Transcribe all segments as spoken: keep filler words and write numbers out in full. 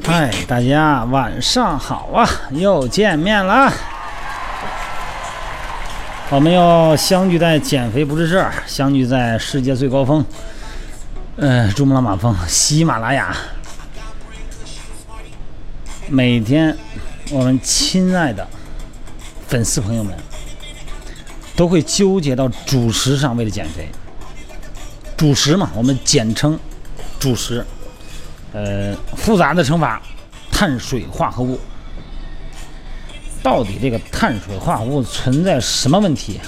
嗨，大家晚上好啊，又见面了。我们又相聚在减肥不是事儿，相聚在世界最高峰，呃，珠穆朗玛峰喜马拉雅。每天我们亲爱的粉丝朋友们都会纠结到主食上，为了减肥。主食嘛，我们简称主食。呃，复杂的称法，碳水化合物。到底这个碳水化合物存在什么问题？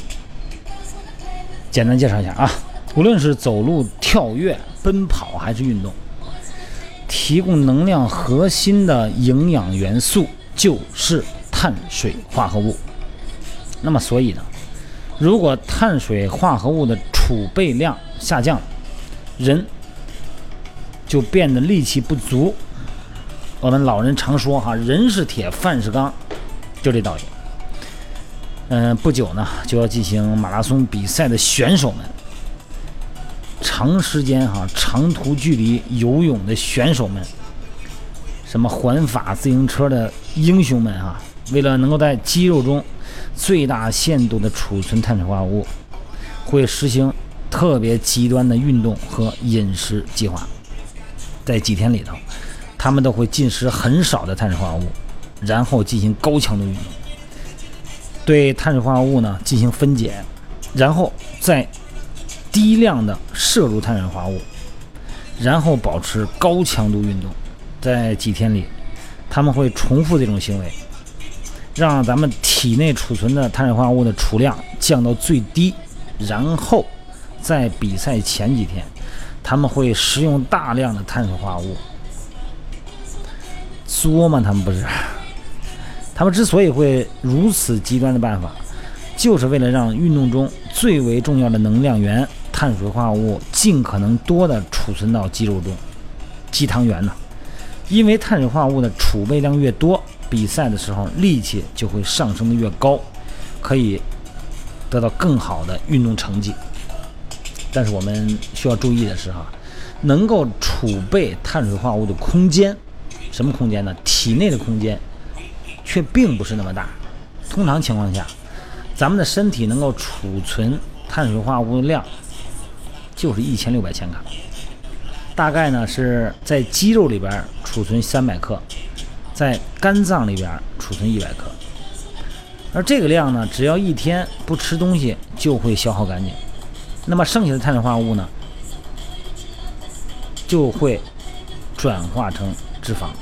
简单介绍一下啊，无论是走路、跳跃、奔跑还是运动，提供能量核心的营养元素就是碳水化合物。那么所以呢，如果碳水化合物的储备量下降，人就变得力气不足。我们老人常说哈，人是铁，饭是钢，就这道理。嗯、呃，不久呢就要进行马拉松比赛的选手们，长时间哈长途距离游泳的选手们，什么环法自行车的英雄们啊，为了能够在肌肉中最大限度的储存碳水化合物，会实行特别极端的运动和饮食计划。在几天里头，他们都会进食很少的碳水化合物，然后进行高强度运动，对碳水化合物呢进行分解，然后再低量的摄入碳水化合物，然后保持高强度运动。在几天里，他们会重复这种行为，让咱们体内储存的碳水化合物的储量降到最低，然后在比赛前几天，他们会食用大量的碳水化合物。作吗？他们不是，他们之所以会如此极端的办法，就是为了让运动中最为重要的能量源碳水化合物尽可能多的储存到肌肉中。肌糖原呢，因为碳水化合物的储备量越多，比赛的时候力气就会上升的越高，可以得到更好的运动成绩。但是我们需要注意的是哈，能够储备碳水化合物的空间，什么空间呢？体内的空间却并不是那么大。通常情况下，咱们的身体能够储存碳水化合物的量就是一千六百千卡，大概呢是在肌肉里边储存三百克，在肝脏里边储存一百克。而这个量呢，只要一天不吃东西就会消耗干净。那么剩下的碳水化合物呢，就会转化成脂肪。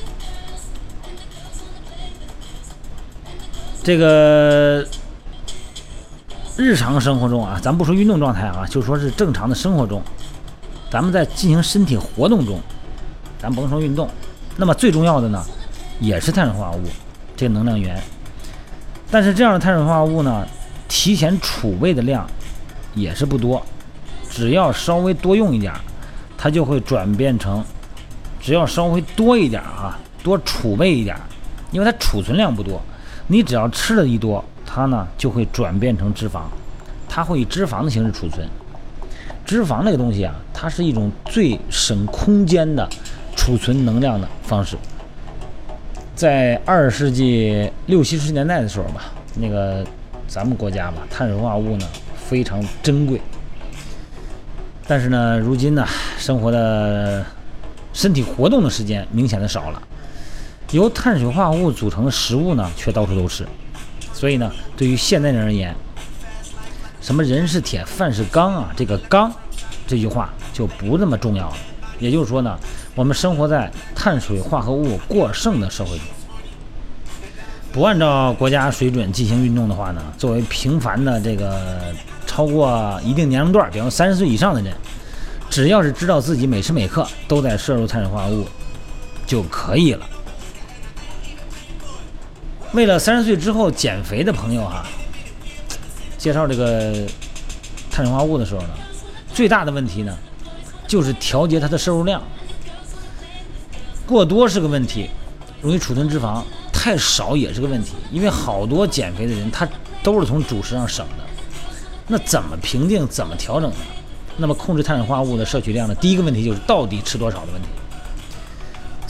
这个日常生活中啊，咱不说运动状态啊，就说是正常的生活中，咱们在进行身体活动中，咱甭说运动，那么最重要的呢，也是碳水化合物这个能量源。但是这样的碳水化合物呢，提前储备的量也是不多，只要稍微多用一点，它就会转变成，只要稍微多一点啊，多储备一点，因为它储存量不多，你只要吃的一多，它呢就会转变成脂肪，它会以脂肪的形式储存。脂肪这个东西啊，它是一种最省空间的储存能量的方式。在二十世纪六七十年代的时候吧，那个咱们国家吧，碳水化合物呢非常珍贵。但是呢，如今呢，生活的身体活动的时间明显的少了，由碳水化合物组成的食物呢，却到处都是。所以呢，对于现代人而言，什么人是铁，饭是钢啊，这个钢这句话就不那么重要了。也就是说呢，我们生活在碳水化合物过剩的社会中，不按照国家水准进行运动的话呢，作为平凡的这个超过一定年龄段，比方三十岁以上的人，只要是知道自己每时每刻都在摄入碳水化合物就可以了。为了三十岁之后减肥的朋友哈、啊，介绍这个碳水化合物的时候呢，最大的问题呢，就是调节它的摄入量。过多是个问题，容易储存脂肪；太少也是个问题，因为好多减肥的人他都是从主食上省的。那怎么评定，怎么调整呢？那么控制碳水化合物的摄取量呢？第一个问题就是到底吃多少的问题。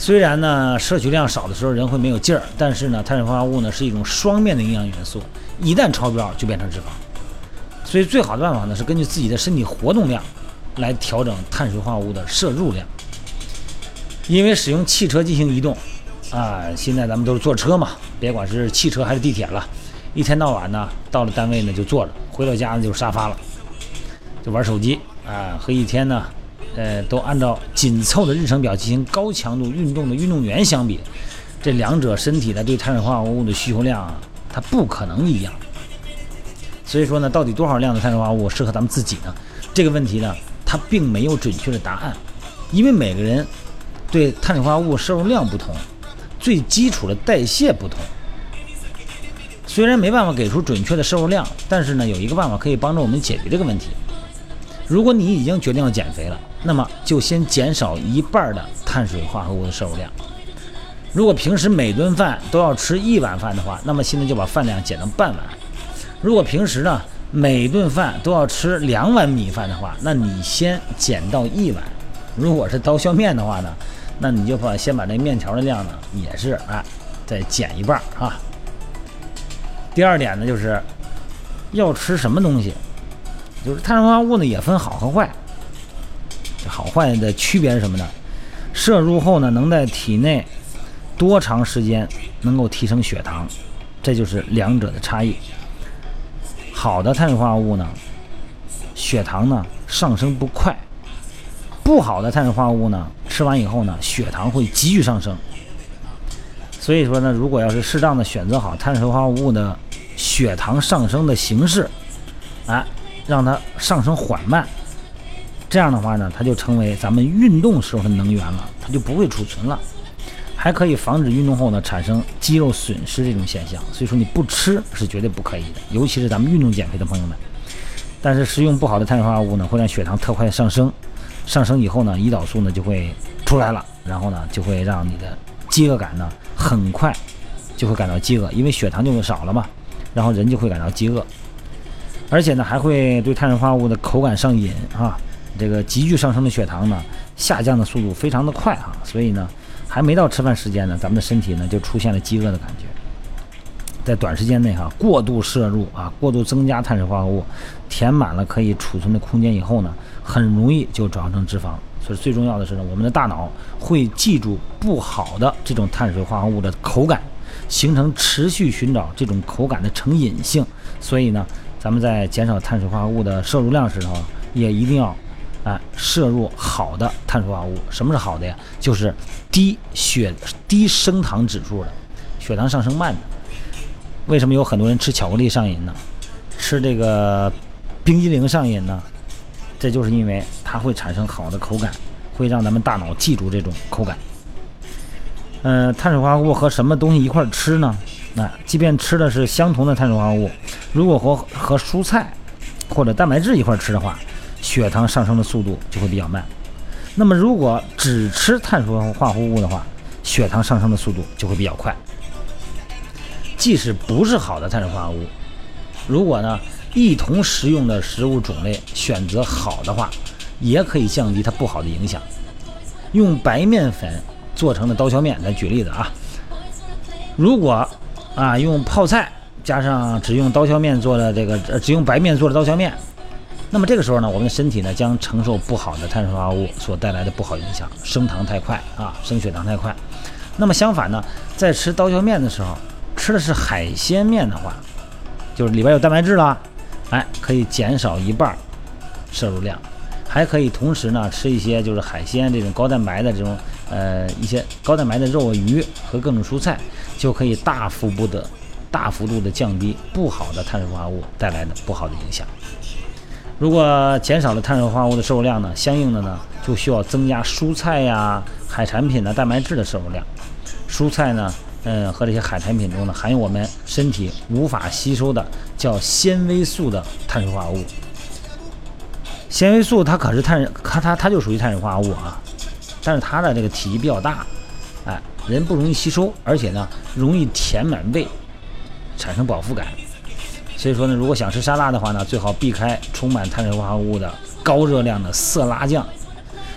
虽然呢摄取量少的时候人会没有劲儿，但是呢碳水化合物呢是一种双面的营养元素，一旦超标就变成脂肪。所以最好的办法呢是根据自己的身体活动量来调整碳水化合物的摄入量。因为使用汽车进行移动啊，现在咱们都是坐车嘛，别管是汽车还是地铁了，一天到晚呢到了单位呢就坐着，回到家呢就是沙发了，就玩手机啊，和一天呢呃都按照紧凑的日程表进行高强度运动的运动员相比，这两者身体的对碳水化合物的需求量啊，它不可能一样。所以说呢，到底多少量的碳水化合物适合咱们自己呢？这个问题呢，它并没有准确的答案，因为每个人对碳水化合物摄入量不同，最基础的代谢不同。虽然没办法给出准确的摄入量，但是呢，有一个办法可以帮助我们解决这个问题。如果你已经决定要减肥了，那么就先减少一半的碳水化合物的摄入量。如果平时每顿饭都要吃一碗饭的话，那么现在就把饭量减到半碗。如果平时呢每顿饭都要吃两碗米饭的话，那你先减到一碗。如果是刀削面的话呢，那你就把先把那面条的量呢也是啊再减一半啊。第二点呢，就是要吃什么东西，就是碳水化合物呢也分好和坏。好坏的区别是什么呢？摄入后呢能在体内多长时间能够提升血糖，这就是两者的差异。好的碳水化合物呢，血糖呢上升不快；不好的碳水化合物呢，吃完以后呢，血糖会急剧上升。所以说呢，如果要是适当的选择好碳水化合物的血糖上升的形式，啊，让它上升缓慢，这样的话呢，它就成为咱们运动时候的能源了，它就不会储存了。还可以防止运动后呢产生肌肉损失这种现象，所以说你不吃是绝对不可以的，尤其是咱们运动减肥的朋友们。但是食用不好的碳水化合物呢，会让血糖特快上升，上升以后呢，胰岛素呢就会出来了，然后呢就会让你的饥饿感呢很快就会感到饥饿，因为血糖就少了嘛，然后人就会感到饥饿，而且呢还会对碳水化合物的口感上瘾啊，这个急剧上升的血糖呢下降的速度非常的快啊，所以呢还没到吃饭时间呢，咱们的身体呢就出现了饥饿的感觉，在短时间内哈、啊、过度摄入啊，过度增加碳水化合物，填满了可以储存的空间以后呢，很容易就转化成脂肪。所以最重要的是呢，我们的大脑会记住不好的这种碳水化合物的口感，形成持续寻找这种口感的成瘾性。所以呢，咱们在减少碳水化合物的摄入量时候，也一定要啊，摄入好的碳水化合物。什么是好的呀？就是低血低升糖指数的，血糖上升慢的。为什么有很多人吃巧克力上瘾呢？吃这个冰激凌上瘾呢？这就是因为它会产生好的口感，会让咱们大脑记住这种口感。呃，碳水化合物和什么东西一块吃呢？那、啊、即便吃的是相同的碳水化合物，如果和和蔬菜或者蛋白质一块吃的话，血糖上升的速度就会比较慢。那么如果只吃碳水化合物的话，血糖上升的速度就会比较快。即使不是好的碳水化合物，如果呢一同食用的食物种类选择好的话，也可以降低它不好的影响。用白面粉做成的刀削面，咱举例子啊，如果啊用泡菜加上只用刀削面做的这个呃只用白面做的刀削面，那么这个时候呢，我们的身体呢将承受不好的碳水化合物所带来的不好影响，升糖太快啊，升血糖太快。那么相反呢，在吃刀削面的时候，吃的是海鲜面的话，就是里边有蛋白质啦，哎，可以减少一半摄入量，还可以同时呢吃一些就是海鲜这种高蛋白的这种呃一些高蛋白的肉鱼和各种蔬菜，就可以大幅不得大幅度的降低不好的碳水化合物带来的不好的影响。如果减少了碳水化合物的摄入量呢，相应的呢就需要增加蔬菜呀、海产品的蛋白质的摄入量。蔬菜呢，嗯，和这些海产品中呢含有我们身体无法吸收的叫纤维素的碳水化合物。纤维素它可是碳，它它它就属于碳水化合物啊，但是它的这个体积比较大，哎，人不容易吸收，而且呢容易填满胃，产生饱腹感。所以说呢，如果想吃沙拉的话呢，最好避开充满碳水化合物的高热量的色拉酱。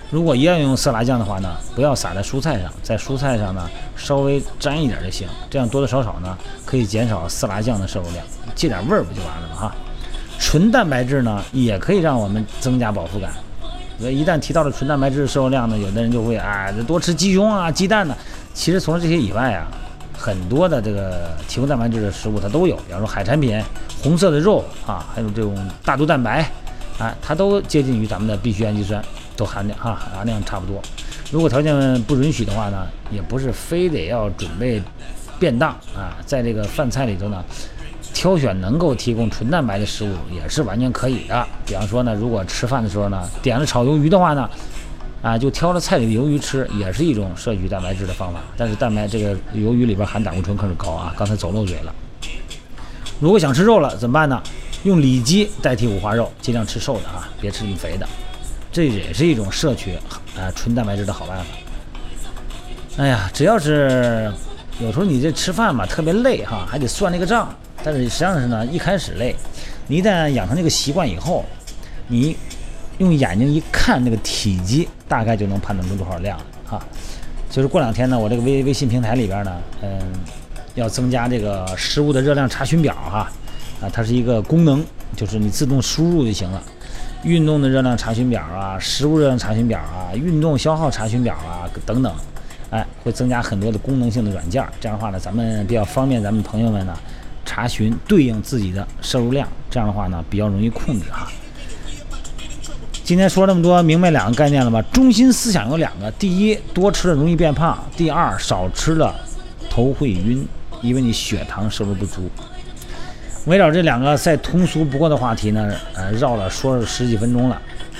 如果要用色拉酱的话呢，不要撒在蔬菜上，在蔬菜上呢稍微沾一点就行，这样多多少少呢可以减少色拉酱的摄入量，借点味儿不就完了吗？哈，纯蛋白质呢也可以让我们增加饱腹感。所以一旦提到了纯蛋白质摄入量呢，有的人就会啊多吃鸡胸啊、鸡蛋呢。其实除了这些以外啊，很多的这个提供蛋白质的食物它都有，比方说海产品、红色的肉啊，还有这种大豆蛋白啊，它都接近于咱们的必需氨基酸。都含量哈含量差不多，如果条件不允许的话呢，也不是非得要准备便当啊，在这个饭菜里头呢，挑选能够提供纯蛋白的食物也是完全可以的。比方说呢，如果吃饭的时候呢，点了炒鱿鱼的话呢，啊，就挑了菜里的鱿鱼吃，也是一种摄取蛋白质的方法。但是蛋白这个鱿鱼里边含胆固醇可是高啊，刚才走漏嘴了。如果想吃肉了怎么办呢？用里脊代替五花肉，尽量吃瘦的啊，别吃那么肥的。这也是一种摄取啊纯蛋白质的好办法。哎呀，只要是有时候你这吃饭嘛特别累哈，还得算那个账。但是实际上是呢，一开始累，你一旦养成这个习惯以后，你用眼睛一看那个体积，大概就能判断出多少量哈。就是过两天呢，我这个微微信平台里边呢，嗯，要增加这个食物的热量查询表哈，啊，它是一个功能，就是你自动输入就行了。运动的热量查询表啊，食物热量查询表啊，运动消耗查询表啊等等，哎，会增加很多的功能性的软件。这样的话呢，咱们比较方便咱们朋友们呢查询对应自己的摄入量，这样的话呢比较容易控制哈。今天说这么多，明白两个概念了吧？中心思想有两个：第一，多吃了容易变胖；第二，少吃了头会晕，因为你血糖摄入不足。围绕这两个再通俗不过的话题呢，呃，绕了说了十几分钟了。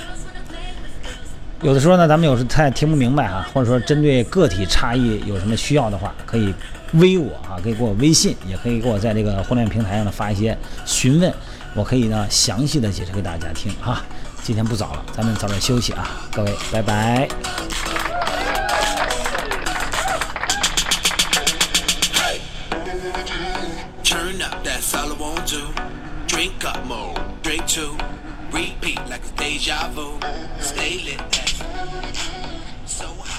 有的时候呢，咱们有时太听不明白啊，或者说针对个体差异有什么需要的话，可以微我啊，可以给我微信，也可以给我在这个互联网平台上呢发一些询问，我可以呢详细的解释给大家听啊。今天不早了，咱们早点休息啊，各位，拜拜。 Drink up more, drink two, repeat like a deja vu. Stay lit, so high.